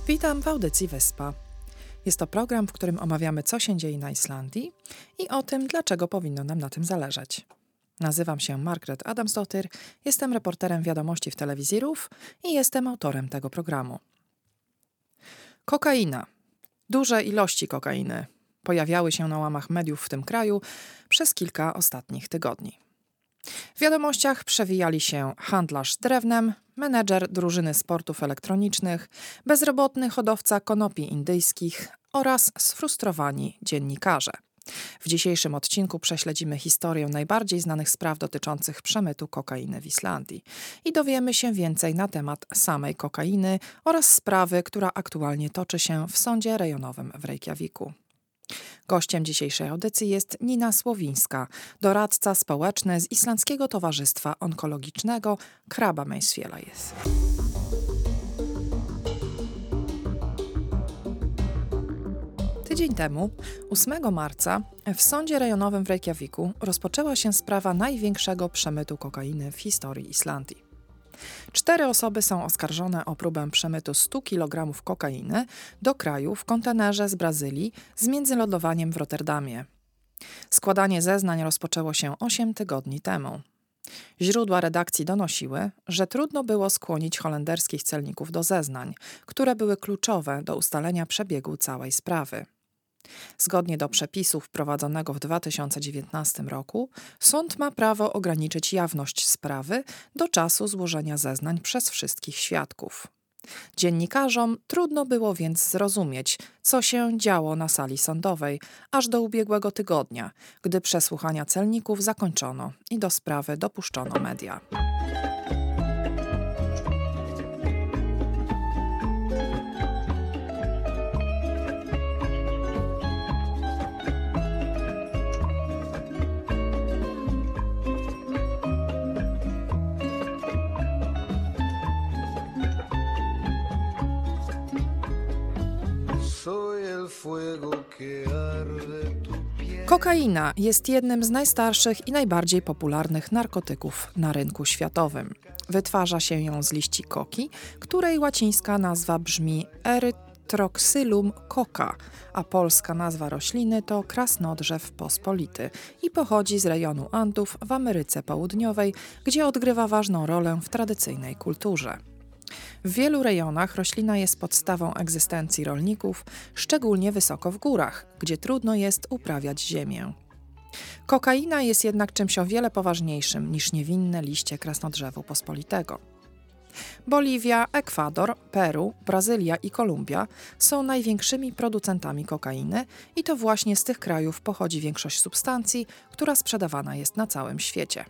Witam w audycji Wyspa. Jest to program, w którym omawiamy, co się dzieje na Islandii i o tym, dlaczego powinno nam na tym zależeć. Nazywam się Margaret Adamsdottir, jestem reporterem wiadomości w telewizji RÚV i jestem autorem tego programu. Kokaina. Duże ilości kokainy pojawiały się na łamach mediów w tym kraju przez kilka ostatnich tygodni. W wiadomościach przewijali się handlarz drewnem, menedżer drużyny sportów elektronicznych, bezrobotny hodowca konopi indyjskich oraz sfrustrowani dziennikarze. W dzisiejszym odcinku prześledzimy historię najbardziej znanych spraw dotyczących przemytu kokainy w Islandii i dowiemy się więcej na temat samej kokainy oraz sprawy, która aktualnie toczy się w sądzie rejonowym w Reykjaviku. Gościem dzisiejszej audycji jest Nina Słowińska, doradca społeczny z Islandzkiego Towarzystwa Onkologicznego Krabbameinsfélagið. Tydzień temu, 8 marca, w sądzie rejonowym w Reykjaviku rozpoczęła się sprawa największego przemytu kokainy w historii Islandii. 4 osoby są oskarżone o próbę przemytu 100 kg kokainy do kraju w kontenerze z Brazylii z międzylądowaniem w Rotterdamie. Składanie zeznań rozpoczęło się 8 tygodni temu. Źródła redakcji donosiły, że trudno było skłonić holenderskich celników do zeznań, które były kluczowe do ustalenia przebiegu całej sprawy. Zgodnie do przepisu wprowadzonego w 2019 roku, sąd ma prawo ograniczyć jawność sprawy do czasu złożenia zeznań przez wszystkich świadków. Dziennikarzom trudno było więc zrozumieć, co się działo na sali sądowej, aż do ubiegłego tygodnia, gdy przesłuchania celników zakończono i do sprawy dopuszczono media. Kokaina jest jednym z najstarszych i najbardziej popularnych narkotyków na rynku światowym. Wytwarza się ją z liści koki, której łacińska nazwa brzmi Erythroxylum coca, a polska nazwa rośliny to krasnodrzew pospolity i pochodzi z rejonu Andów w Ameryce Południowej, gdzie odgrywa ważną rolę w tradycyjnej kulturze. W wielu rejonach roślina jest podstawą egzystencji rolników, szczególnie wysoko w górach, gdzie trudno jest uprawiać ziemię. Kokaina jest jednak czymś o wiele poważniejszym niż niewinne liście krasnodrzewu pospolitego. Boliwia, Ekwador, Peru, Brazylia i Kolumbia są największymi producentami kokainy i to właśnie z tych krajów pochodzi większość substancji, która sprzedawana jest na całym świecie.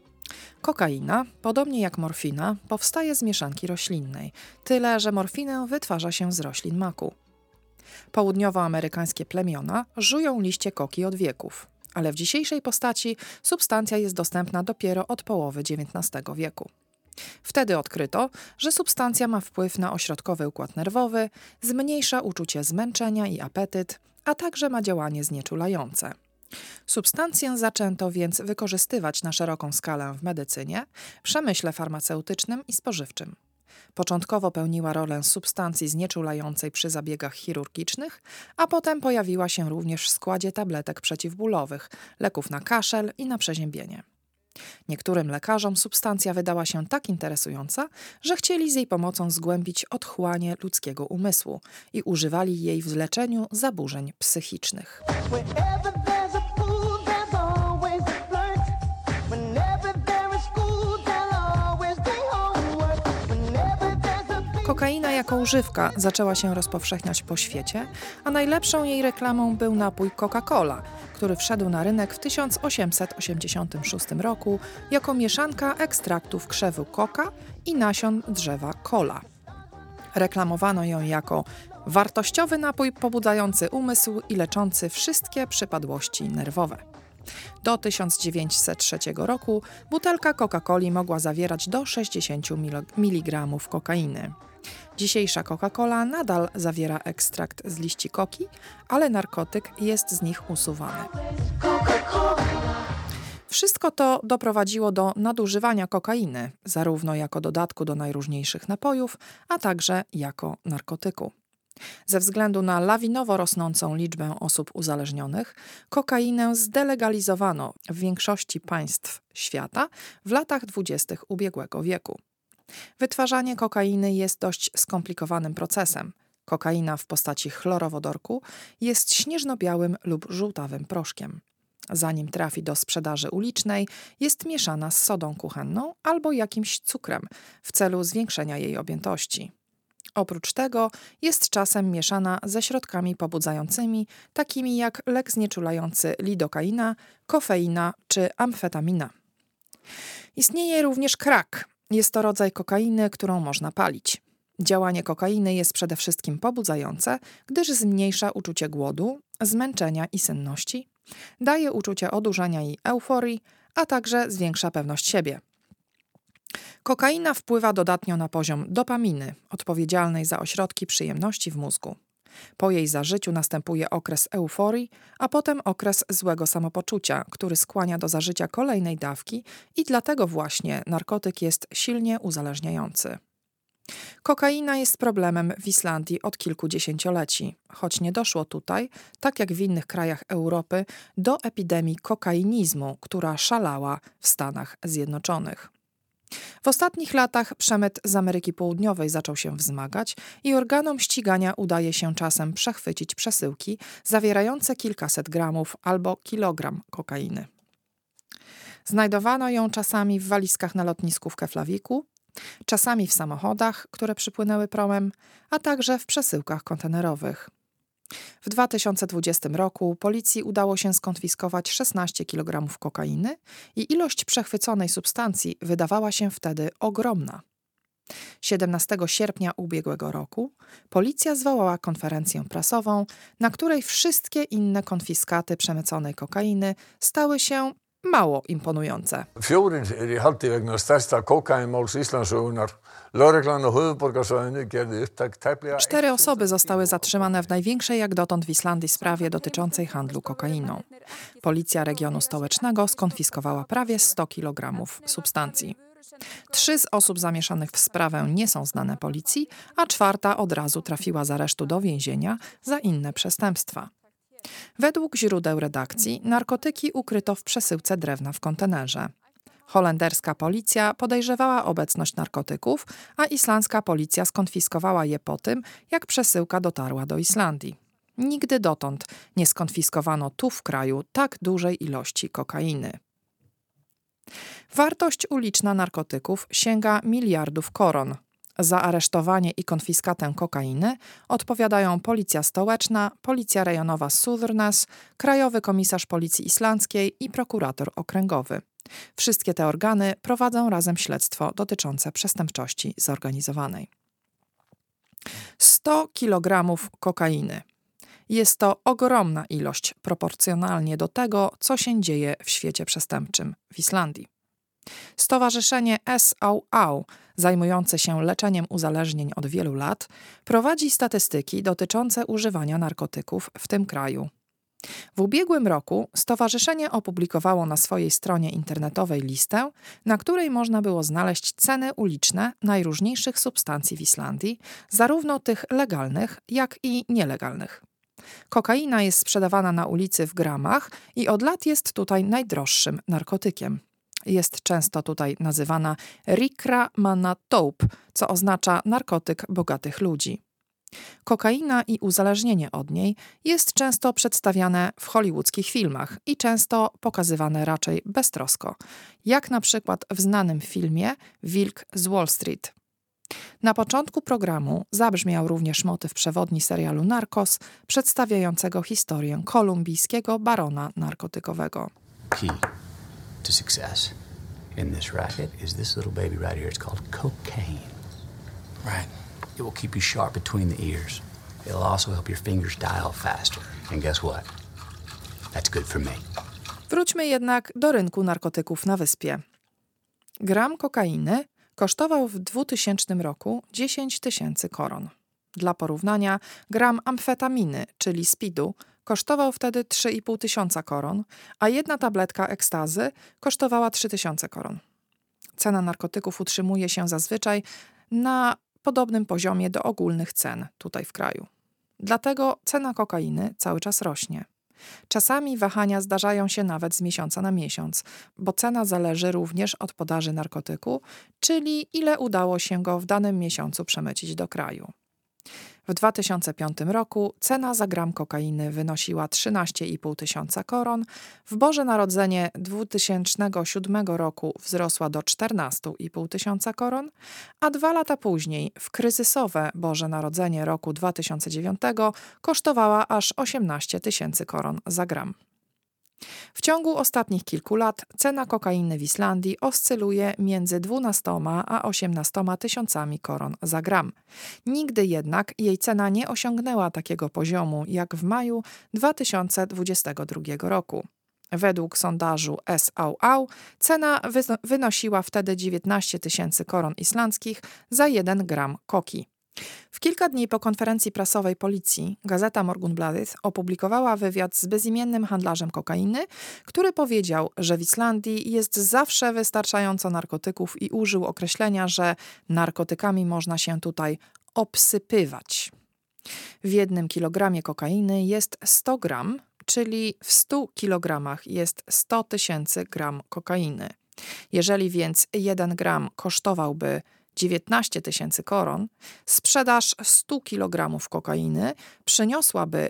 Kokaina, podobnie jak morfina, powstaje z mieszanki roślinnej, tyle że morfinę wytwarza się z roślin maku. Południowoamerykańskie plemiona żują liście koki od wieków, ale w dzisiejszej postaci substancja jest dostępna dopiero od połowy XIX wieku. Wtedy odkryto, że substancja ma wpływ na ośrodkowy układ nerwowy, zmniejsza uczucie zmęczenia i apetyt, a także ma działanie znieczulające. Substancję zaczęto więc wykorzystywać na szeroką skalę w medycynie, przemyśle farmaceutycznym i spożywczym. Początkowo pełniła rolę substancji znieczulającej przy zabiegach chirurgicznych, a potem pojawiła się również w składzie tabletek przeciwbólowych, leków na kaszel i na przeziębienie. Niektórym lekarzom substancja wydała się tak interesująca, że chcieli z jej pomocą zgłębić otchłanie ludzkiego umysłu i używali jej w leczeniu zaburzeń psychicznych. Kokaina jako używka zaczęła się rozpowszechniać po świecie, a najlepszą jej reklamą był napój Coca-Cola, który wszedł na rynek w 1886 roku jako mieszanka ekstraktów krzewu koka i nasion drzewa kola. Reklamowano ją jako wartościowy napój pobudzający umysł i leczący wszystkie przypadłości nerwowe. Do 1903 roku butelka Coca-Coli mogła zawierać do 60 mg kokainy. Dzisiejsza Coca-Cola nadal zawiera ekstrakt z liści koki, ale narkotyk jest z nich usuwany. Wszystko to doprowadziło do nadużywania kokainy, zarówno jako dodatku do najróżniejszych napojów, a także jako narkotyku. Ze względu na lawinowo rosnącą liczbę osób uzależnionych, kokainę zdelegalizowano w większości państw świata w latach 20. ubiegłego wieku. Wytwarzanie kokainy jest dość skomplikowanym procesem. Kokaina w postaci chlorowodorku jest śnieżno-białym lub żółtawym proszkiem. Zanim trafi do sprzedaży ulicznej, jest mieszana z sodą kuchenną albo jakimś cukrem w celu zwiększenia jej objętości. Oprócz tego jest czasem mieszana ze środkami pobudzającymi, takimi jak lek znieczulający lidokaina, kofeina czy amfetamina. Istnieje również crack. Jest to rodzaj kokainy, którą można palić. Działanie kokainy jest przede wszystkim pobudzające, gdyż zmniejsza uczucie głodu, zmęczenia i senności, daje uczucie odurzenia i euforii, a także zwiększa pewność siebie. Kokaina wpływa dodatnio na poziom dopaminy, odpowiedzialnej za ośrodki przyjemności w mózgu. Po jej zażyciu następuje okres euforii, a potem okres złego samopoczucia, który skłania do zażycia kolejnej dawki i dlatego właśnie narkotyk jest silnie uzależniający. Kokaina jest problemem w Islandii od kilku dziesięcioleci, choć nie doszło tutaj, tak jak w innych krajach Europy, do epidemii kokainizmu, która szalała w Stanach Zjednoczonych. W ostatnich latach przemyt z Ameryki Południowej zaczął się wzmagać i organom ścigania udaje się czasem przechwycić przesyłki zawierające kilkaset gramów albo kilogram kokainy. Znajdowano ją czasami w walizkach na lotnisku w Keflaviku, czasami w samochodach, które przypłynęły promem, a także w przesyłkach kontenerowych. W 2020 roku policji udało się skonfiskować 16 kg kokainy i ilość przechwyconej substancji wydawała się wtedy ogromna. 17 sierpnia ubiegłego roku policja zwołała konferencję prasową, na której wszystkie inne konfiskaty przemyconej kokainy stały się mało imponujące. 4 í haldi vegna stærsta kókaínmáls Íslandssögunnar. Lögreglan á höfuðborgarsvæðinu gerði upptæk tæplega 4 osoby zostały zatrzymane w największej jak dotąd w Islandii sprawie dotyczącej handlu kokainą. Policja regionu stołecznego skonfiskowała prawie 100 kg substancji. 3 z osób zamieszanych w sprawę nie są znane policji, a 4 od razu trafiła z aresztu do więzienia za inne przestępstwa. Według źródeł redakcji narkotyki ukryto w przesyłce drewna w kontenerze. Holenderska policja podejrzewała obecność narkotyków, a islandzka policja skonfiskowała je po tym, jak przesyłka dotarła do Islandii. Nigdy dotąd nie skonfiskowano tu w kraju tak dużej ilości kokainy. Wartość uliczna narkotyków sięga miliardów koron. Za aresztowanie i konfiskatę kokainy odpowiadają Policja Stołeczna, Policja Rejonowa Southerners, Krajowy Komisarz Policji Islandzkiej i Prokurator Okręgowy. Wszystkie te organy prowadzą razem śledztwo dotyczące przestępczości zorganizowanej. 100 kg kokainy. Jest to ogromna ilość proporcjonalnie do tego, co się dzieje w świecie przestępczym w Islandii. Stowarzyszenie SOA, zajmujące się leczeniem uzależnień od wielu lat, prowadzi statystyki dotyczące używania narkotyków w tym kraju. W ubiegłym roku stowarzyszenie opublikowało na swojej stronie internetowej listę, na której można było znaleźć ceny uliczne najróżniejszych substancji w Islandii, zarówno tych legalnych, jak i nielegalnych. Kokaina jest sprzedawana na ulicy w gramach i od lat jest tutaj najdroższym narkotykiem. Jest często tutaj nazywana Rikra Manna Taupe, co oznacza narkotyk bogatych ludzi. Kokaina i uzależnienie od niej jest często przedstawiane w hollywoodzkich filmach i często pokazywane raczej beztrosko, jak na przykład w znanym filmie Wilk z Wall Street. Na początku programu zabrzmiał również motyw przewodni serialu Narcos, przedstawiającego historię kolumbijskiego barona narkotykowego. Key to success in this racket is this little baby right here. It's called cocaine. Right. It will keep you sharp between the ears. It'll also help your fingers dial faster. And guess what? That's good for me. Wróćmy jednak do rynku narkotyków na wyspie. Gram kokainy kosztował w 2000 roku 10 000 koron. Dla porównania, gram amfetaminy, czyli speedu, kosztował wtedy 3500 koron, a jedna tabletka ekstazy kosztowała 3000 koron. Cena narkotyków utrzymuje się zazwyczaj na podobnym poziomie do ogólnych cen tutaj w kraju. Dlatego cena kokainy cały czas rośnie. Czasami wahania zdarzają się nawet z miesiąca na miesiąc, bo cena zależy również od podaży narkotyku, czyli ile udało się go w danym miesiącu przemycić do kraju. W 2005 roku cena za gram kokainy wynosiła 13,5 tysiąca koron, w Boże Narodzenie 2007 roku wzrosła do 14,5 tysiąca koron, a 2 lata później, w kryzysowe Boże Narodzenie roku 2009, kosztowała aż 18 tysięcy koron za gram. W ciągu ostatnich kilku lat cena kokainy w Islandii oscyluje między 12 a 18 tysiącami koron za gram. Nigdy jednak jej cena nie osiągnęła takiego poziomu jak w maju 2022 roku. Według sondażu SAU cena wynosiła wtedy 19 tysięcy koron islandzkich za 1 gram koki. W kilka dni po konferencji prasowej policji gazeta Morgunblaðið opublikowała wywiad z bezimiennym handlarzem kokainy, który powiedział, że w Islandii jest zawsze wystarczająco narkotyków i użył określenia, że narkotykami można się tutaj obsypywać. W 1 kilogramie kokainy jest 100 gram, czyli w 100 kilogramach jest 100 tysięcy gram kokainy. Jeżeli więc 1 gram kosztowałby 19 tysięcy koron, sprzedaż 100 kg kokainy przyniosłaby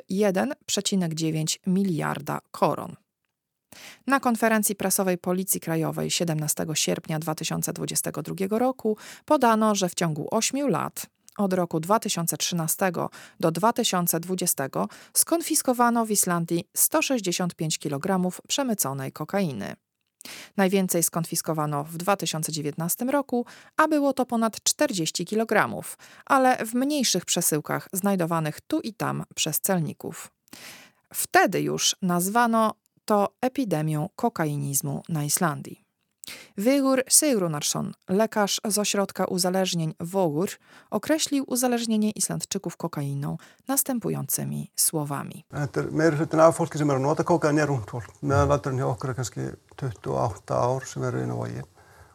1,9 miliarda koron. Na konferencji prasowej Policji Krajowej 17 sierpnia 2022 roku podano, że w ciągu 8 lat, od roku 2013 do 2020, skonfiskowano w Islandii 165 kg przemyconej kokainy. Najwięcej skonfiskowano w 2019 roku, a było to ponad 40 kg, ale w mniejszych przesyłkach znajdowanych tu i tam przez celników. Wtedy już nazwano to epidemią kokainizmu na Islandii. Vigur Sigurðarson, lekarz z ośrodka uzależnień Vogur, określił uzależnienie Islandczyków kokainą następującymi słowami. Meirihlutinn af fólki sem að nota kókaín ungt fólk. Meðalaldurinn hjá okkur kannski 28 ár sem í Vogi.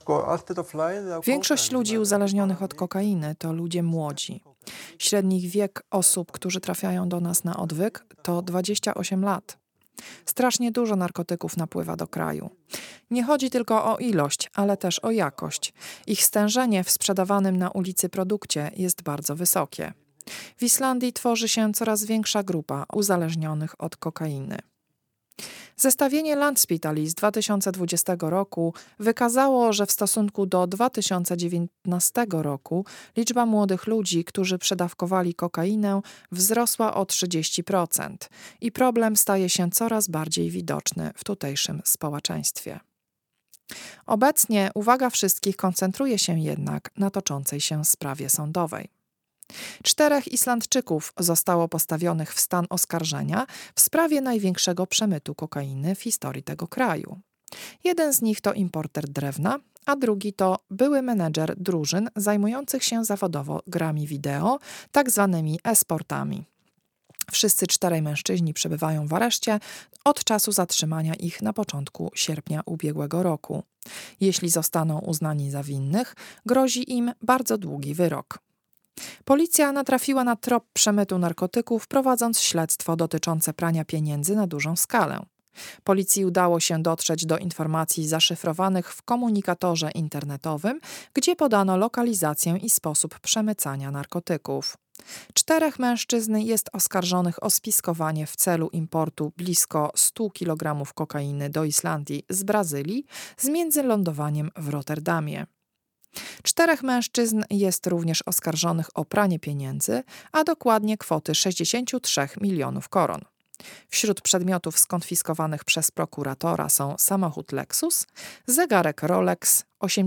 Większość ludzi uzależnionych od kokainy to ludzie młodzi. Średni wiek osób, którzy trafiają do nas na odwyk, to 28 lat. Strasznie dużo narkotyków napływa do kraju. Nie chodzi tylko o ilość, ale też o jakość. Ich stężenie w sprzedawanym na ulicy produkcie jest bardzo wysokie. W Islandii tworzy się coraz większa grupa uzależnionych od kokainy. Zestawienie Landspítali z 2020 roku wykazało, że w stosunku do 2019 roku liczba młodych ludzi, którzy przedawkowali kokainę, wzrosła o 30% i problem staje się coraz bardziej widoczny w tutejszym społeczeństwie. Obecnie uwaga wszystkich koncentruje się jednak na toczącej się sprawie sądowej. 4 Islandczyków zostało postawionych w stan oskarżenia w sprawie największego przemytu kokainy w historii tego kraju. Jeden z nich to importer drewna, a drugi to były menedżer drużyn zajmujących się zawodowo grami wideo, tak zwanymi e-sportami. Wszyscy 4 mężczyźni przebywają w areszcie od czasu zatrzymania ich na początku sierpnia ubiegłego roku. Jeśli zostaną uznani za winnych, grozi im bardzo długi wyrok. Policja natrafiła na trop przemytu narkotyków, prowadząc śledztwo dotyczące prania pieniędzy na dużą skalę. Policji udało się dotrzeć do informacji zaszyfrowanych w komunikatorze internetowym, gdzie podano lokalizację i sposób przemycania narkotyków. 4 mężczyzn jest oskarżonych o spiskowanie w celu importu blisko 100 kg kokainy do Islandii z Brazylii z międzylądowaniem w Rotterdamie. 4 mężczyzn jest również oskarżonych o pranie pieniędzy, a dokładnie kwoty 63 milionów koron. Wśród przedmiotów skonfiskowanych przez prokuratora są samochód Lexus, zegarek Rolex,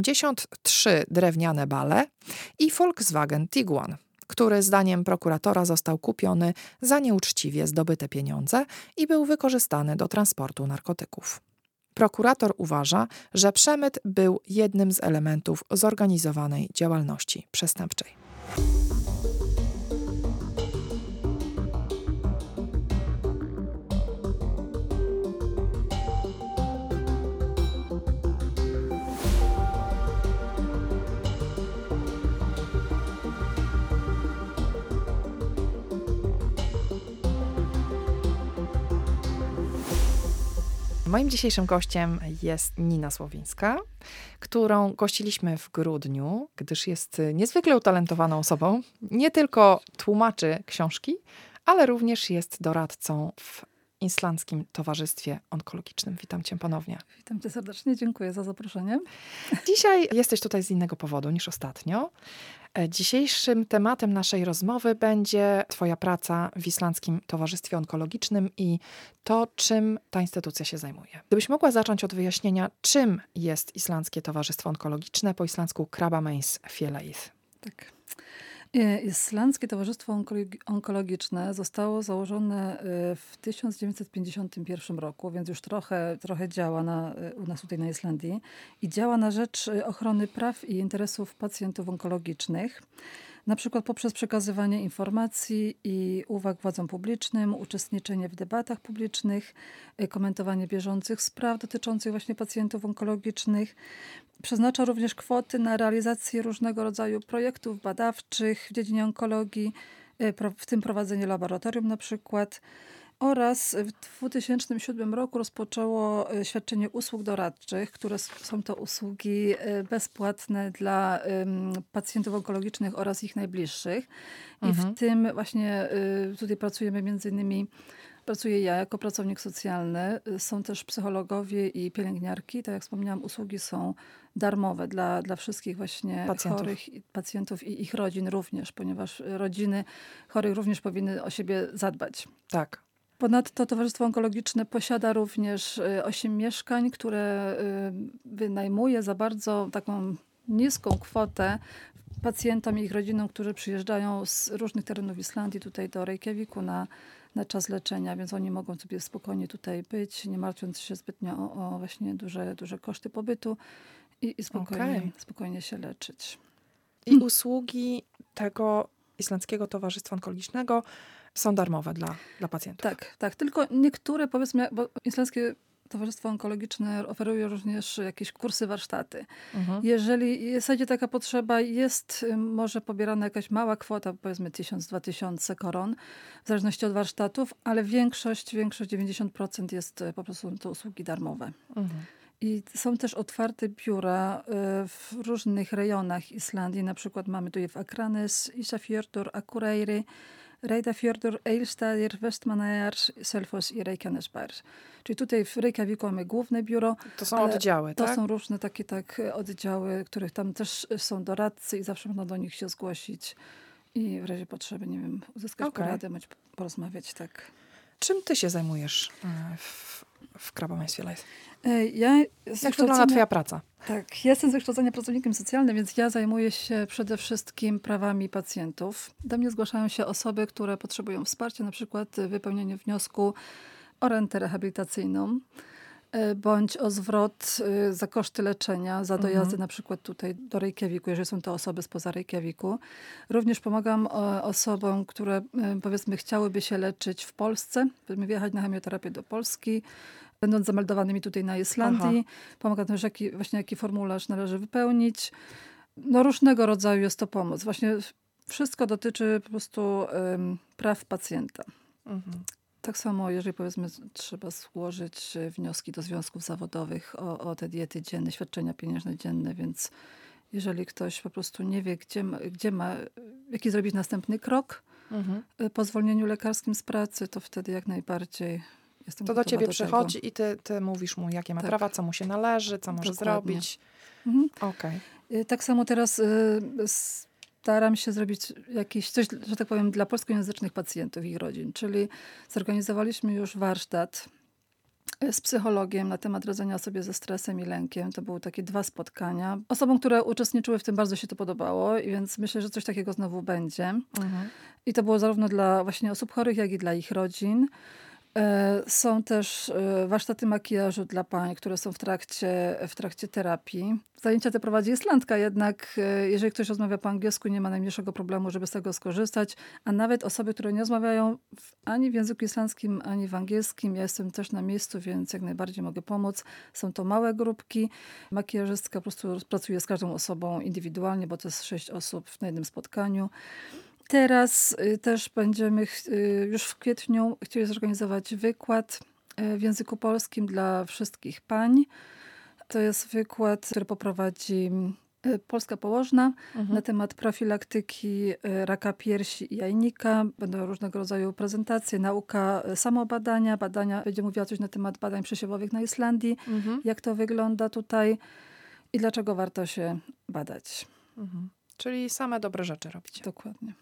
83 drewniane bale i Volkswagen Tiguan, który zdaniem prokuratora został kupiony za nieuczciwie zdobyte pieniądze i był wykorzystany do transportu narkotyków. Prokurator uważa, że przemyt był jednym z elementów zorganizowanej działalności przestępczej. Moim dzisiejszym gościem jest Nina Słowińska, którą gościliśmy w grudniu, gdyż jest niezwykle utalentowaną osobą. Nie tylko tłumaczy książki, ale również jest doradcą w Islandzkim Towarzystwie Onkologicznym. Witam cię ponownie. Witam cię serdecznie, dziękuję za zaproszenie. Dzisiaj jesteś tutaj z innego powodu niż ostatnio. Dzisiejszym tematem naszej rozmowy będzie twoja praca w Islandzkim Towarzystwie Onkologicznym i to, czym ta instytucja się zajmuje. Gdybyś mogła zacząć od wyjaśnienia, czym jest Islandzkie Towarzystwo Onkologiczne, po islandzku Krabbameinsfélagið. Tak. Islandzkie Towarzystwo Onkologiczne zostało założone w 1951 roku, więc już trochę działa u nas tutaj na Islandii i działa na rzecz ochrony praw i interesów pacjentów onkologicznych. Na przykład poprzez przekazywanie informacji i uwag władzom publicznym, uczestniczenie w debatach publicznych, komentowanie bieżących spraw dotyczących właśnie pacjentów onkologicznych. Przeznacza również kwoty na realizację różnego rodzaju projektów badawczych w dziedzinie onkologii, w tym prowadzenie laboratorium na przykład. Oraz w 2007 roku rozpoczęło świadczenie usług doradczych, które są to usługi bezpłatne dla pacjentów onkologicznych oraz ich najbliższych. I w tym właśnie tutaj pracujemy pracuję ja jako pracownik socjalny. Są też psychologowie i pielęgniarki. Tak jak wspomniałam, usługi są darmowe dla wszystkich właśnie chorych pacjentów i ich rodzin również, ponieważ rodziny chorych również powinny o siebie zadbać. Tak. Ponadto Towarzystwo Onkologiczne posiada również 8 mieszkań, które wynajmuje za bardzo taką niską kwotę pacjentom i ich rodzinom, którzy przyjeżdżają z różnych terenów Islandii tutaj do Reykjaviku na czas leczenia, więc oni mogą sobie spokojnie tutaj być, nie martwiąc się zbytnio o właśnie duże koszty pobytu i spokojnie się leczyć. I usługi tego Islandzkiego Towarzystwa Onkologicznego są darmowe dla pacjentów. Tak. Tylko niektóre, powiedzmy, bo Islandzkie Towarzystwo Onkologiczne oferuje również jakieś kursy, warsztaty. Jeżeli jest taka potrzeba, jest może pobierana jakaś mała kwota, powiedzmy 1000-2000 koron, w zależności od warsztatów, ale większość 90% jest po prostu to usługi darmowe. I są też otwarte biura w różnych rejonach Islandii. Na przykład mamy tutaj w Akranes, Ísafjörður, Akureyri, Reyðarfjörður, Egilsstaðir, Vestmannaeyjar, Selfoss i Reykjanesbær. Czyli tutaj w Reykjaviku mamy główne biuro. To są oddziały, tak? To są różne takie oddziały, których tam też są doradcy i zawsze można do nich się zgłosić i w razie potrzeby, nie wiem, uzyskać poradę, bądź porozmawiać, tak. Czym ty się zajmujesz w Krabbameinsfélagið? Jak wygląda twoja praca? Tak, ja jestem z wykształcenia pracownikiem socjalnym, więc ja zajmuję się przede wszystkim prawami pacjentów. Do mnie zgłaszają się osoby, które potrzebują wsparcia, na przykład wypełnienie wniosku o rentę rehabilitacyjną, bądź o zwrot za koszty leczenia, za dojazdy na przykład tutaj do Reykjaviku, jeżeli są to osoby spoza Reykjaviku. Również pomagam osobom, które powiedzmy chciałyby się leczyć w Polsce, wjechać na chemioterapię do Polski, będąc zameldowanymi tutaj na Islandii. Pomagam też, jaki formularz należy wypełnić. No różnego rodzaju jest to pomoc. Właśnie wszystko dotyczy po prostu praw pacjenta. Tak samo, jeżeli powiedzmy trzeba złożyć wnioski do związków zawodowych o te diety dzienne, świadczenia pieniężne dzienne, więc jeżeli ktoś po prostu nie wie, jaki zrobić następny krok po zwolnieniu lekarskim z pracy, to wtedy jak najbardziej jestem to do ciebie do przychodzi tego. i ty mówisz mu, jakie ma prawa, co mu się należy, co może zrobić. Tak samo teraz staram się zrobić coś, że tak powiem, dla polskojęzycznych pacjentów i ich rodzin. Czyli zorganizowaliśmy już warsztat z psychologiem na temat radzenia sobie ze stresem i lękiem. To były takie 2 spotkania. Osobom, które uczestniczyły w tym, bardzo się to podobało, i więc myślę, że coś takiego znowu będzie. I to było zarówno dla właśnie osób chorych, jak i dla ich rodzin. Są też warsztaty makijażu dla pań, które są w trakcie terapii. Zajęcia te prowadzi Islandka, jednak jeżeli ktoś rozmawia po angielsku, nie ma najmniejszego problemu, żeby z tego skorzystać. A nawet osoby, które nie rozmawiają ani w języku islandzkim, ani w angielskim, ja jestem też na miejscu, więc jak najbardziej mogę pomóc. Są to małe grupki. Makijażystka po prostu pracuje z każdą osobą indywidualnie, bo to jest 6 osób na jednym spotkaniu. Teraz też będziemy już w kwietniu chcieli zorganizować wykład w języku polskim dla wszystkich pań. To jest wykład, który poprowadzi polska położna na temat profilaktyki raka piersi i jajnika. Będą różnego rodzaju prezentacje, nauka samobadania. Będzie mówiła coś na temat badań przesiewowych na Islandii, jak to wygląda tutaj i dlaczego warto się badać. Czyli same dobre rzeczy robicie. Dokładnie.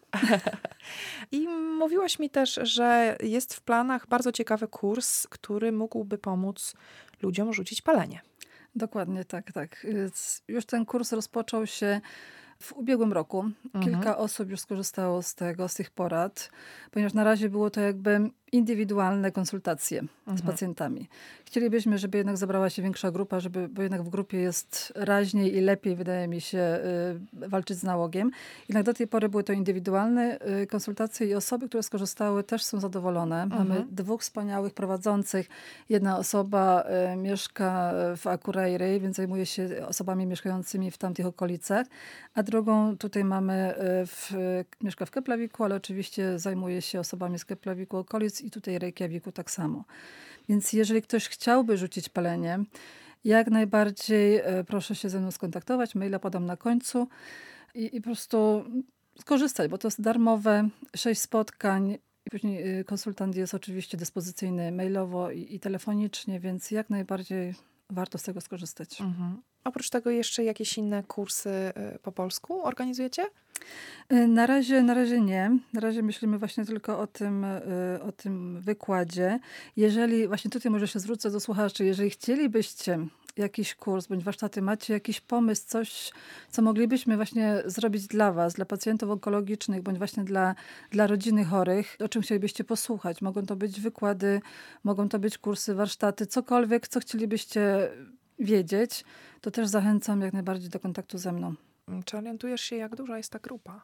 I mówiłaś mi też, że jest w planach bardzo ciekawy kurs, który mógłby pomóc ludziom rzucić palenie. Dokładnie, tak. Już ten kurs rozpoczął się w ubiegłym roku. Kilka osób już skorzystało z tych porad, ponieważ na razie było to jakby indywidualne konsultacje z pacjentami. Chcielibyśmy, żeby jednak zebrała się większa grupa, bo jednak w grupie jest raźniej i lepiej, wydaje mi się, walczyć z nałogiem. Jednak do tej pory były to indywidualne konsultacje i osoby, które skorzystały, też są zadowolone. Mamy 2 wspaniałych prowadzących. Jedna osoba mieszka w Akureyri, więc zajmuje się osobami mieszkającymi w tamtych okolicach, a drugą tutaj mamy, mieszka w Keplaviku, ale oczywiście zajmuje się osobami z Keplaviku okolic i tutaj Reykjaviku tak samo. Więc jeżeli ktoś chciałby rzucić palenie, jak najbardziej proszę się ze mną skontaktować. Maila podam na końcu i po prostu skorzystać, bo to jest darmowe, 6 spotkań. I później konsultant jest oczywiście dyspozycyjny mailowo i telefonicznie, więc jak najbardziej warto z tego skorzystać. Oprócz tego jeszcze jakieś inne kursy po polsku organizujecie? Na razie nie. Na razie myślimy właśnie tylko o tym wykładzie. Jeżeli, właśnie tutaj może się zwrócę do słuchaczy, jeżeli chcielibyście jakiś kurs bądź warsztaty, macie jakiś pomysł, coś, co moglibyśmy właśnie zrobić dla was, dla pacjentów onkologicznych, bądź właśnie dla rodziny chorych, o czym chcielibyście posłuchać. Mogą to być wykłady, mogą to być kursy, warsztaty, cokolwiek, co chcielibyście wiedzieć, to też zachęcam jak najbardziej do kontaktu ze mną. Czy orientujesz się, jak duża jest ta grupa?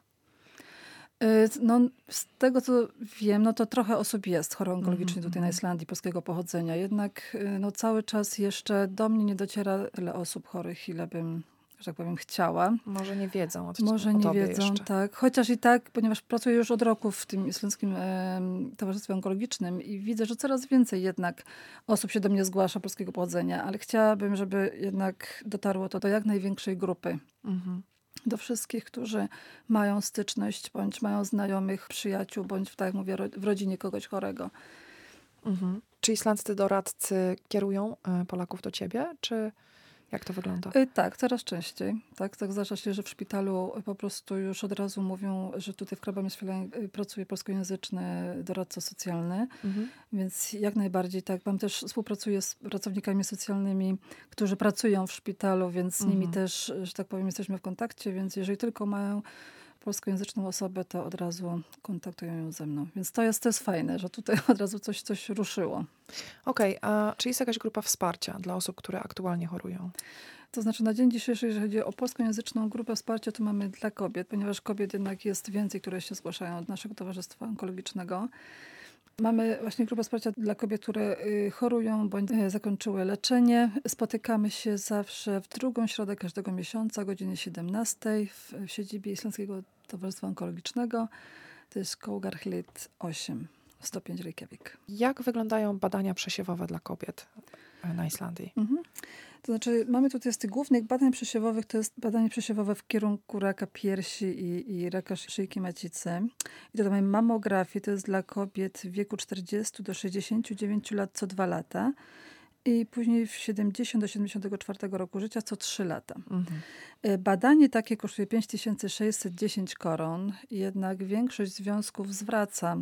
No, z tego, co wiem, no to trochę osób jest choroonkologicznie tutaj na Islandii polskiego pochodzenia. Jednak no, cały czas jeszcze do mnie nie dociera tyle osób chorych, ile bym, że tak powiem, chciała. Może nie wiedzą Może o nie tobie wiedzą, jeszcze. tak. Chociaż i tak, ponieważ pracuję już od roku w tym Islandzkim Towarzystwie Onkologicznym i widzę, że coraz więcej jednak osób się do mnie zgłasza polskiego pochodzenia, ale chciałabym, żeby jednak dotarło to do jak największej grupy. Do wszystkich, którzy mają styczność, bądź mają znajomych, przyjaciół, bądź, tak jak mówię, w rodzinie kogoś chorego. Czy islandzcy doradcy kierują Polaków do ciebie, czy jak to wygląda? Tak, coraz częściej. Tak zdarza się, że w szpitalu po prostu już od razu mówią, że tutaj w Krabbameinsfélaginu pracuje polskojęzyczny doradca socjalny, więc jak najbardziej tak. Współpracuję z pracownikami socjalnymi, którzy pracują w szpitalu, więc z nimi też, że tak powiem, jesteśmy w kontakcie, więc jeżeli tylko mają polskojęzyczną osobę, to od razu kontaktują ją ze mną. Więc to jest fajne, że tutaj od razu coś ruszyło. Okej, a czy jest jakaś grupa wsparcia dla osób, które aktualnie chorują? To znaczy na dzień dzisiejszy, jeżeli chodzi o polskojęzyczną grupę wsparcia, to mamy dla kobiet, ponieważ kobiet jednak jest więcej, które się zgłaszają do naszego Towarzystwa Onkologicznego. Mamy właśnie grupę wsparcia dla kobiet, które chorują bądź zakończyły leczenie. Spotykamy się zawsze w drugą środę każdego miesiąca o godzinie 17 w siedzibie Islandzkiego Towarzystwa Onkologicznego. To jest Skógarhlíð 8, 105 Reykjavik. Jak wyglądają badania przesiewowe dla kobiet na Islandii? To znaczy mamy tutaj z tych głównych badań przesiewowych, to jest badanie przesiewowe w kierunku raka piersi i raka szyjki macicy. I tutaj mamy mammografię, to jest dla kobiet w wieku 40 do 69 lat co 2 lata. I później w 70 do 74 roku życia co 3 lata. Badanie takie kosztuje 5610 koron, jednak większość związków zwraca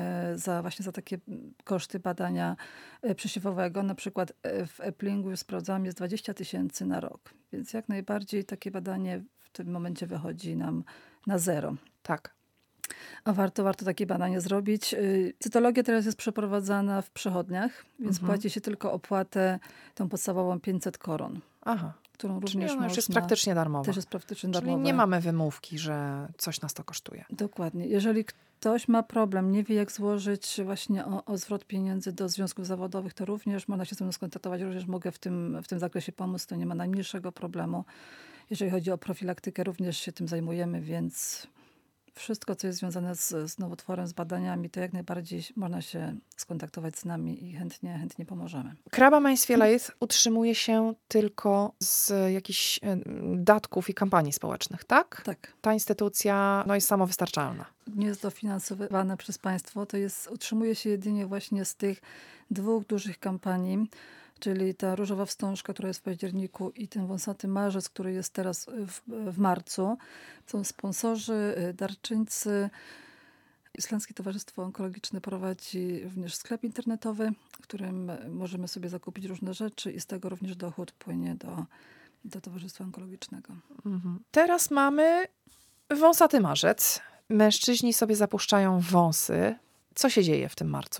za takie koszty badania przesiewowego. Na przykład w Eplingu sprawdzałam, jest 20 000 na rok. Więc jak najbardziej takie badanie w tym momencie wychodzi nam na zero. Tak. A warto takie badanie zrobić. Cytologia teraz jest przeprowadzana w przychodniach, więc płaci się tylko opłatę tą podstawową 500 koron. Aha. Którą Czyli również ona już jest można... praktycznie darmowa. Też jest praktycznie Czyli darmowa. nie mamy wymówki, że coś nas to kosztuje. Dokładnie. Jeżeli ktoś ma problem, nie wie jak złożyć właśnie o zwrot pieniędzy do związków zawodowych, to również można się ze mną skontaktować. Również mogę w tym zakresie pomóc. To nie ma najmniejszego problemu. Jeżeli chodzi o profilaktykę, również się tym zajmujemy, więc wszystko, co jest związane z nowotworem, z badaniami, to jak najbardziej można się skontaktować z nami i chętnie pomożemy. Kraba Mainsville utrzymuje się tylko z jakichś datków i kampanii społecznych, tak? Tak. Ta instytucja jest samowystarczalna. Nie jest dofinansowywane przez państwo, utrzymuje się jedynie właśnie z tych 2 dużych kampanii, czyli ta Różowa Wstążka, która jest w październiku i ten Wąsaty Marzec, który jest teraz w marcu. Są sponsorzy, darczyńcy. Islandzkie Towarzystwo Onkologiczne prowadzi również sklep internetowy, w którym możemy sobie zakupić różne rzeczy i z tego również dochód płynie do Towarzystwa Onkologicznego. Teraz mamy Wąsaty Marzec. Mężczyźni sobie zapuszczają wąsy. Co się dzieje w tym marcu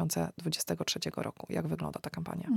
2023 roku? Jak wygląda ta kampania?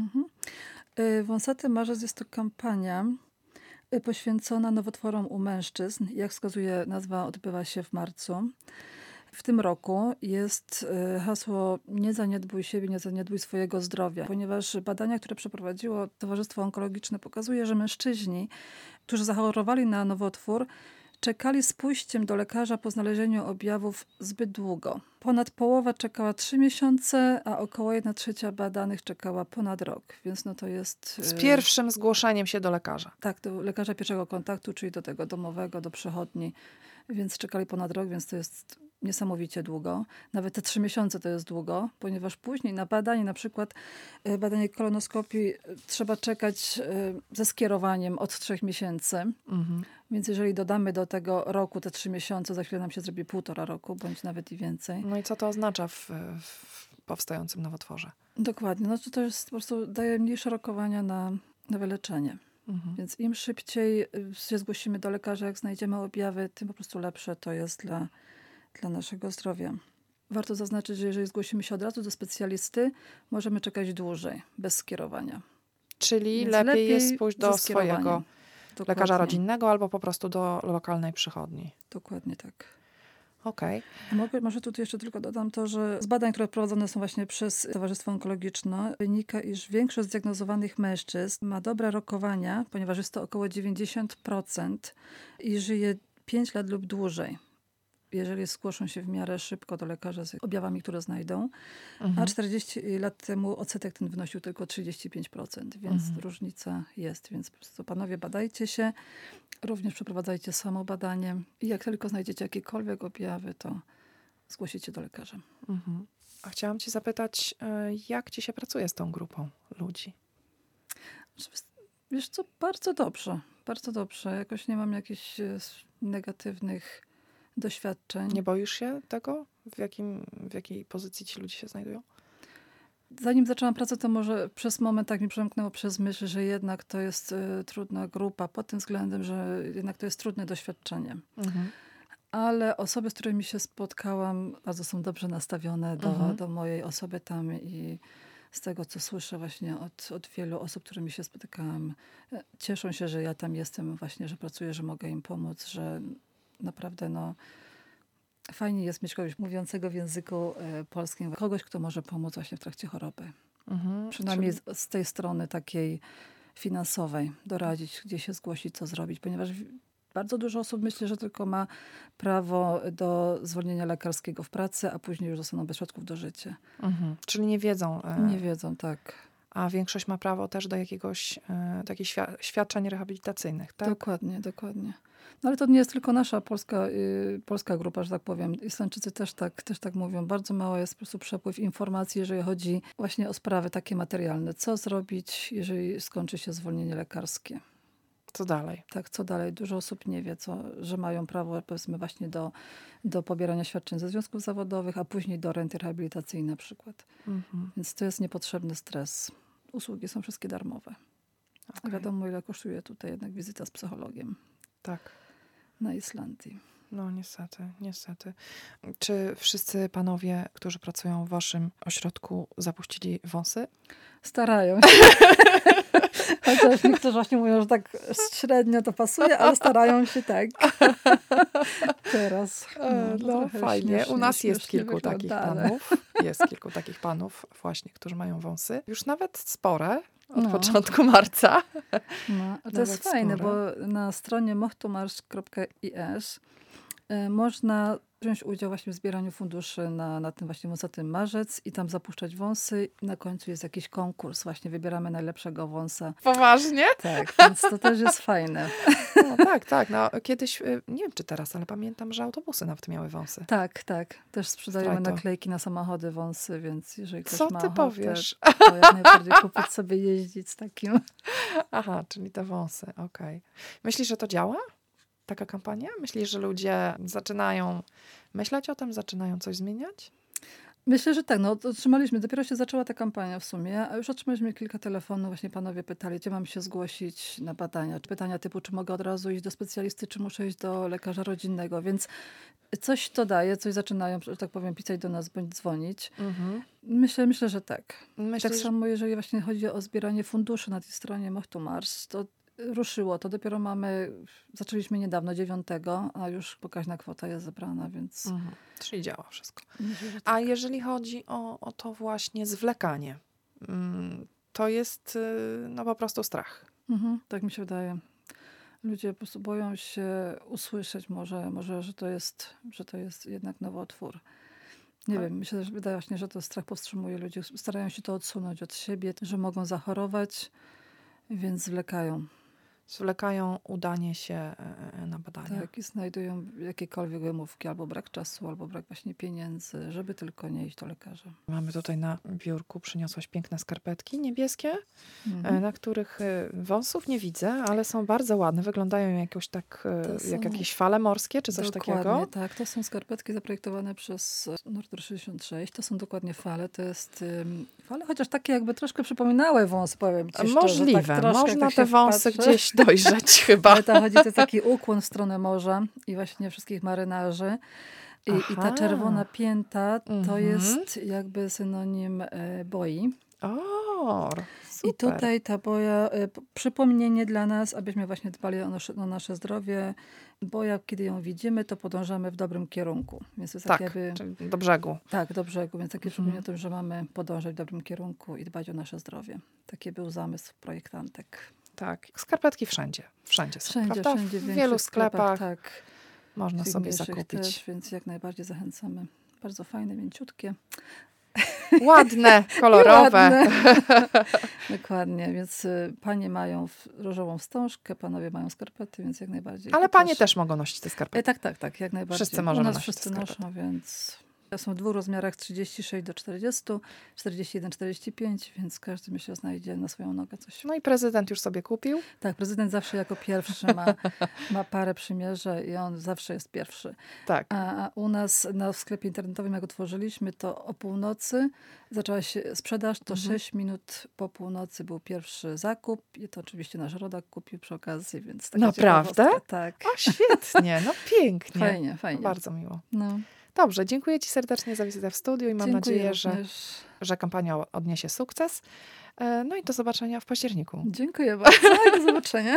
Wąsaty Marzec jest to kampania poświęcona nowotworom u mężczyzn. Jak wskazuje nazwa, odbywa się w marcu. W tym roku jest hasło nie zaniedbuj siebie, nie zaniedbuj swojego zdrowia, ponieważ badania, które przeprowadziło Towarzystwo Onkologiczne, pokazuje, że mężczyźni, którzy zachorowali na nowotwór, czekali z pójściem do lekarza po znalezieniu objawów zbyt długo. Ponad połowa czekała 3 miesiące, a około 1/3 badanych czekała ponad rok. Więc to jest... Z pierwszym zgłoszeniem się do lekarza. Tak, do lekarza pierwszego kontaktu, czyli do tego domowego, do przychodni. Więc czekali ponad rok, więc to jest niesamowicie długo. Nawet te 3 miesiące to jest długo, ponieważ później na badanie, na przykład badanie kolonoskopii, trzeba czekać ze skierowaniem od 3 miesięcy. Więc jeżeli dodamy do tego roku te 3 miesiące, za chwilę nam się zrobi 1,5 roku, bądź nawet i więcej. No i co to oznacza w powstającym nowotworze? Dokładnie. To jest po prostu daje mniejsze rokowania na wyleczenie. Więc im szybciej się zgłosimy do lekarza, jak znajdziemy objawy, tym po prostu lepsze to jest dla naszego zdrowia. Warto zaznaczyć, że jeżeli zgłosimy się od razu do specjalisty, możemy czekać dłużej, bez skierowania. Czyli lepiej jest pójść do swojego lekarza Dokładnie. rodzinnego albo po prostu do lokalnej przychodni. Dokładnie tak. Okej. Może tutaj jeszcze tylko dodam to, że z badań, które prowadzone są właśnie przez Towarzystwo Onkologiczne, wynika, iż większość zdiagnozowanych mężczyzn ma dobre rokowania, ponieważ jest to około 90% i żyje 5 lat lub dłużej, jeżeli zgłoszą się w miarę szybko do lekarza z objawami, które znajdą. A 40 lat temu odsetek ten wynosił tylko 35%, więc różnica jest. Więc po prostu panowie, badajcie się, również przeprowadzajcie samo badanie i jak tylko znajdziecie jakiekolwiek objawy, to zgłosicie do lekarza. A chciałam cię zapytać, jak ci się pracuje z tą grupą ludzi? Wiesz co, bardzo dobrze. Bardzo dobrze. Jakoś nie mam jakichś negatywnych doświadczeń. Nie boisz się tego? W jakiej pozycji ci ludzie się znajdują? Zanim zaczęłam pracę, to może przez moment tak mi przemknęło przez myśl, że jednak to jest trudna grupa pod tym względem, że jednak to jest trudne doświadczenie. Ale osoby, z którymi się spotkałam, bardzo są dobrze nastawione do mojej osoby tam i z tego, co słyszę właśnie od wielu osób, którymi się spotykałam, cieszą się, że ja tam jestem właśnie, że pracuję, że mogę im pomóc, że naprawdę fajnie jest mieć kogoś mówiącego w języku polskim, kogoś, kto może pomóc właśnie w trakcie choroby. Przynajmniej z tej strony takiej finansowej, doradzić, gdzie się zgłosić, co zrobić, ponieważ bardzo dużo osób myśli, że tylko ma prawo do zwolnienia lekarskiego w pracy, a później już zostaną bez środków do życia. Czyli nie wiedzą. Nie wiedzą, tak. A większość ma prawo też do takich świadczeń rehabilitacyjnych, tak? Dokładnie. No ale to nie jest tylko nasza polska grupa, że tak powiem. Islandczycy też tak mówią. Bardzo mało jest po prostu przepływ informacji, jeżeli chodzi właśnie o sprawy takie materialne. Co zrobić, jeżeli skończy się zwolnienie lekarskie? Co dalej? Tak, co dalej? Dużo osób nie wie, że mają prawo, powiedzmy, właśnie do pobierania świadczeń ze związków zawodowych, a później do renty rehabilitacyjnej na przykład. Więc to jest niepotrzebny stres. Usługi są wszystkie darmowe. Okay. Wiadomo, ile kosztuje tutaj jednak wizyta z psychologiem. Tak. Na Islandii. No niestety. Czy wszyscy panowie, którzy pracują w waszym ośrodku, zapuścili wąsy? Starają się. Chociaż niektórzy właśnie mówią, że tak średnio to pasuje, ale starają się tak. Teraz. No fajnie. U nas jest kilku takich panów. Jest kilku takich panów właśnie, którzy mają wąsy. Już nawet spore. Od początku marca. No, a to jest fajne, bo na stronie mohtomarsz.is Można wziąć udział właśnie w zbieraniu funduszy na tym właśnie wąsatym marzec i tam zapuszczać wąsy. I na końcu jest jakiś konkurs. Właśnie wybieramy najlepszego wąsa. Poważnie? Tak, więc to też jest fajne. No, tak. No, kiedyś, nie wiem czy teraz, ale pamiętam, że autobusy nawet miały wąsy. Tak. Też sprzedajemy Strajto. naklejki na samochody wąsy, więc jeżeli ktoś Co ma ty ochotę, powiesz? to jak najbardziej kupić sobie jeździć z takim. Aha, czyli te wąsy, okej. Myślisz, że to działa? Taka kampania? Myślisz, że ludzie zaczynają myśleć o tym, zaczynają coś zmieniać? Myślę, że tak. No, otrzymaliśmy, dopiero się zaczęła ta kampania w sumie, a już otrzymaliśmy kilka telefonów. Właśnie panowie pytali, gdzie mam się zgłosić na badania. Pytania typu, czy mogę od razu iść do specjalisty, czy muszę iść do lekarza rodzinnego. Więc coś to daje, coś zaczynają, że tak powiem, pisać do nas bądź dzwonić. Myślę, że tak. Myślisz, Tak samo, jeżeli właśnie chodzi o zbieranie funduszy na tej stronie Mach to Mars, to ruszyło. To dopiero zaczęliśmy niedawno, 9, a już pokaźna kwota jest zebrana, więc czyli działa wszystko. myślę, że A tak. jeżeli chodzi o to właśnie zwlekanie, to jest no po prostu strach. Tak mi się wydaje. Ludzie po prostu boją się usłyszeć może że to jest jednak nowotwór. Nie wiem, myślę, że wydaje się, że to strach powstrzymuje ludzi. Starają się to odsunąć od siebie, że mogą zachorować, więc zwlekają. Zwlekają udanie się na badania. Tak, i znajdują jakiekolwiek wymówki, albo brak czasu, albo brak właśnie pieniędzy, żeby tylko nie iść do lekarza. Mamy tutaj na biurku, przyniosłaś piękne skarpetki niebieskie, na których wąsów nie widzę, ale są bardzo ładne. Wyglądają jakoś tak jak jakieś fale morskie, czy coś Dokładnie, takiego. tak. To są skarpetki zaprojektowane przez Nordor 66. To są dokładnie fale. To jest fale, chociaż takie jakby troszkę przypominały wąs, powiem ci szczerze. Możliwe. Tak troszkę, Można jak te się wąsy wpatrzy. gdzieś dojrzeć chyba. Ale tam chodzi o taki ukłon w stronę morza i właśnie wszystkich marynarzy. I ta Aha. czerwona pięta to jest jakby synonim boi. Super. I tutaj ta boja, przypomnienie dla nas, abyśmy właśnie dbali o nasze zdrowie. Boja, kiedy ją widzimy, to podążamy w dobrym kierunku. Więc to jest Tak, jakby, czyli do brzegu. tak, do brzegu. Więc takie przypomnienie o tym, że mamy podążać w dobrym kierunku i dbać o nasze zdrowie. Taki był zamysł projektantek. Tak. Skarpetki wszędzie. Wszędzie są, Wszędzie, prawda? wszędzie. W większych wielu sklepach tak. można Tych sobie mniejszych zakupić. też, więc jak najbardziej zachęcamy. Bardzo fajne, mięciutkie. Ładne, kolorowe. Ładne. Dokładnie, więc panie mają różową wstążkę, panowie mają skarpety, więc jak najbardziej. Ale I panie też mogą nosić te skarpety. Tak, jak najbardziej. Wszyscy możemy U nas nosić wszyscy te skarpety. noszą, więc są w 2 rozmiarach 36 do 40, 41, 45, więc każdy myślę znajdzie na swoją nogę coś. No i prezydent już sobie kupił. Tak, prezydent zawsze jako pierwszy ma parę przymierza i on zawsze jest pierwszy. Tak. A u nas w sklepie internetowym, jak otworzyliśmy, to o północy zaczęła się sprzedaż, to 6 minut po północy był pierwszy zakup i to oczywiście nasz rodak kupił przy okazji, więc taka Naprawdę? ciekawostka. Tak. O, świetnie, no pięknie. Fajnie. Bardzo miło. No. Dobrze, dziękuję ci serdecznie za wizytę w studiu i mam Dziękuję nadzieję, że, również. że kampania odniesie sukces. No i do zobaczenia w październiku. Dziękuję bardzo. Do zobaczenia.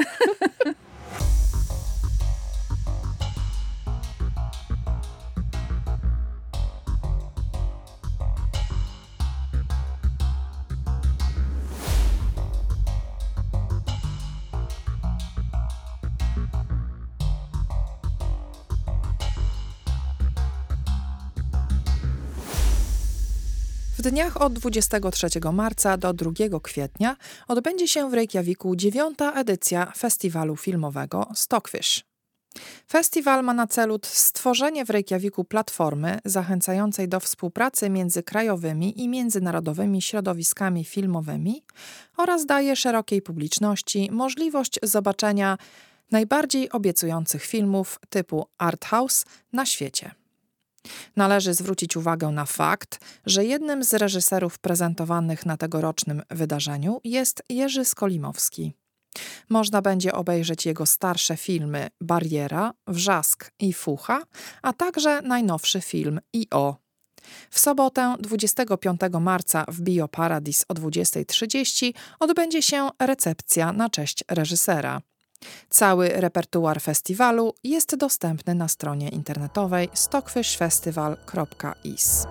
W dniach od 23 marca do 2 kwietnia odbędzie się w Reykjaviku 9. edycja festiwalu filmowego Stockfish. Festiwal ma na celu stworzenie w Reykjaviku platformy zachęcającej do współpracy między krajowymi i międzynarodowymi środowiskami filmowymi oraz daje szerokiej publiczności możliwość zobaczenia najbardziej obiecujących filmów typu art house na świecie. Należy zwrócić uwagę na fakt, że jednym z reżyserów prezentowanych na tegorocznym wydarzeniu jest Jerzy Skolimowski. Można będzie obejrzeć jego starsze filmy Bariera, Wrzask i Fucha, a także najnowszy film I.O. W sobotę 25 marca w Bioparadis o 20:30 odbędzie się recepcja na cześć reżysera. Cały repertuar festiwalu jest dostępny na stronie internetowej stockfishfestival.is.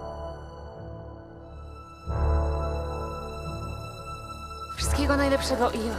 Wszystkiego najlepszego, Io.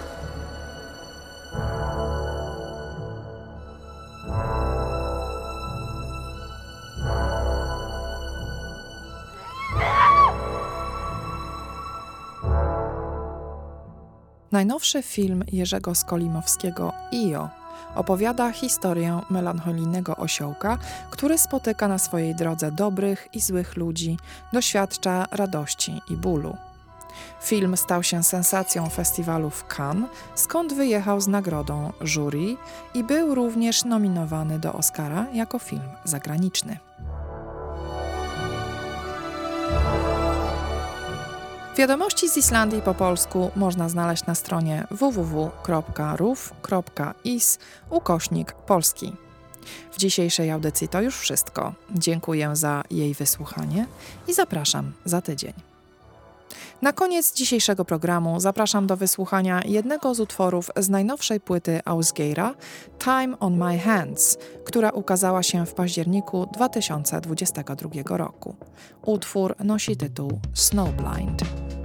Najnowszy film Jerzego Skolimowskiego Io opowiada historię melancholijnego osiołka, który spotyka na swojej drodze dobrych i złych ludzi, doświadcza radości i bólu. Film stał się sensacją festiwalu w Cannes, skąd wyjechał z nagrodą jury i był również nominowany do Oscara jako film zagraniczny. Wiadomości z Islandii po polsku można znaleźć na stronie www.ruf.is/polski. W dzisiejszej audycji to już wszystko. Dziękuję za jej wysłuchanie i zapraszam za tydzień. Na koniec dzisiejszego programu zapraszam do wysłuchania jednego z utworów z najnowszej płyty Ausgeira Time on My Hands, która ukazała się w październiku 2022 roku. Utwór nosi tytuł Snowblind.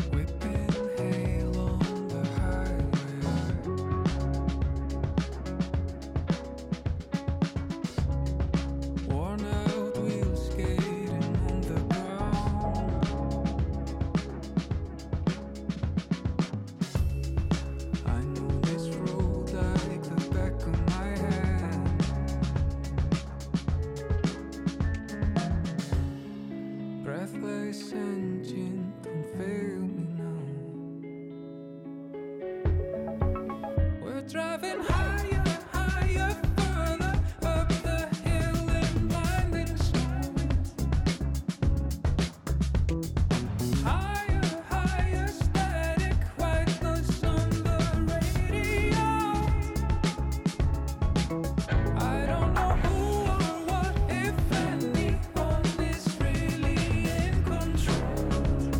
Breathless engine, don't fail me now. We're driving higher, higher, further up the hill in blinding snow. Higher, higher, static white noise on the radio. I don't know who or what, if anyone is really in control.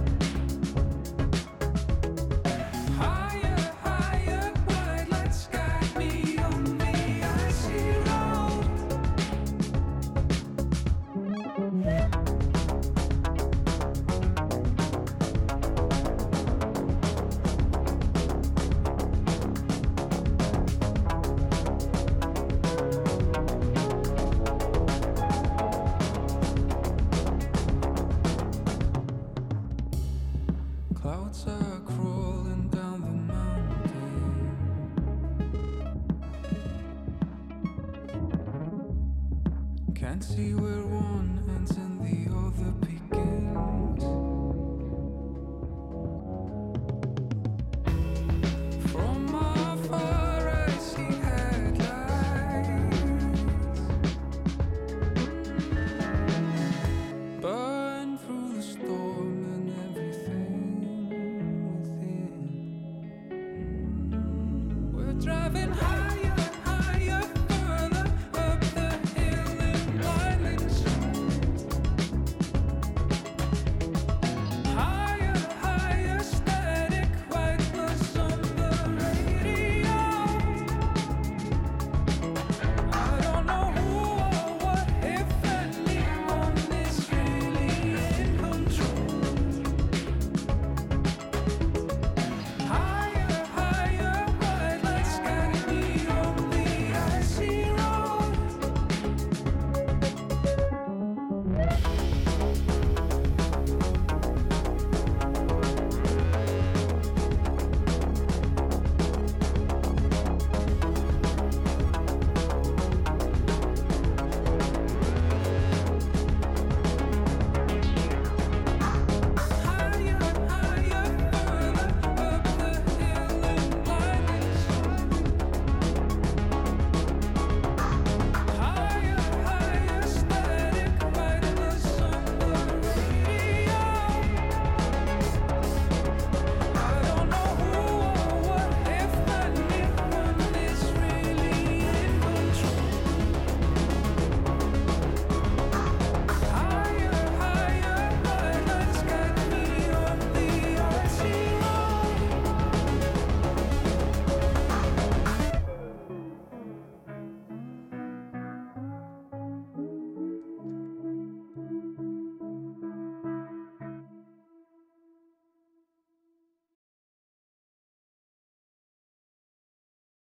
Higher, higher, white lights guide me on the icy road. Clouds are crawling down the mountain. Can't see where one ends and the other begins.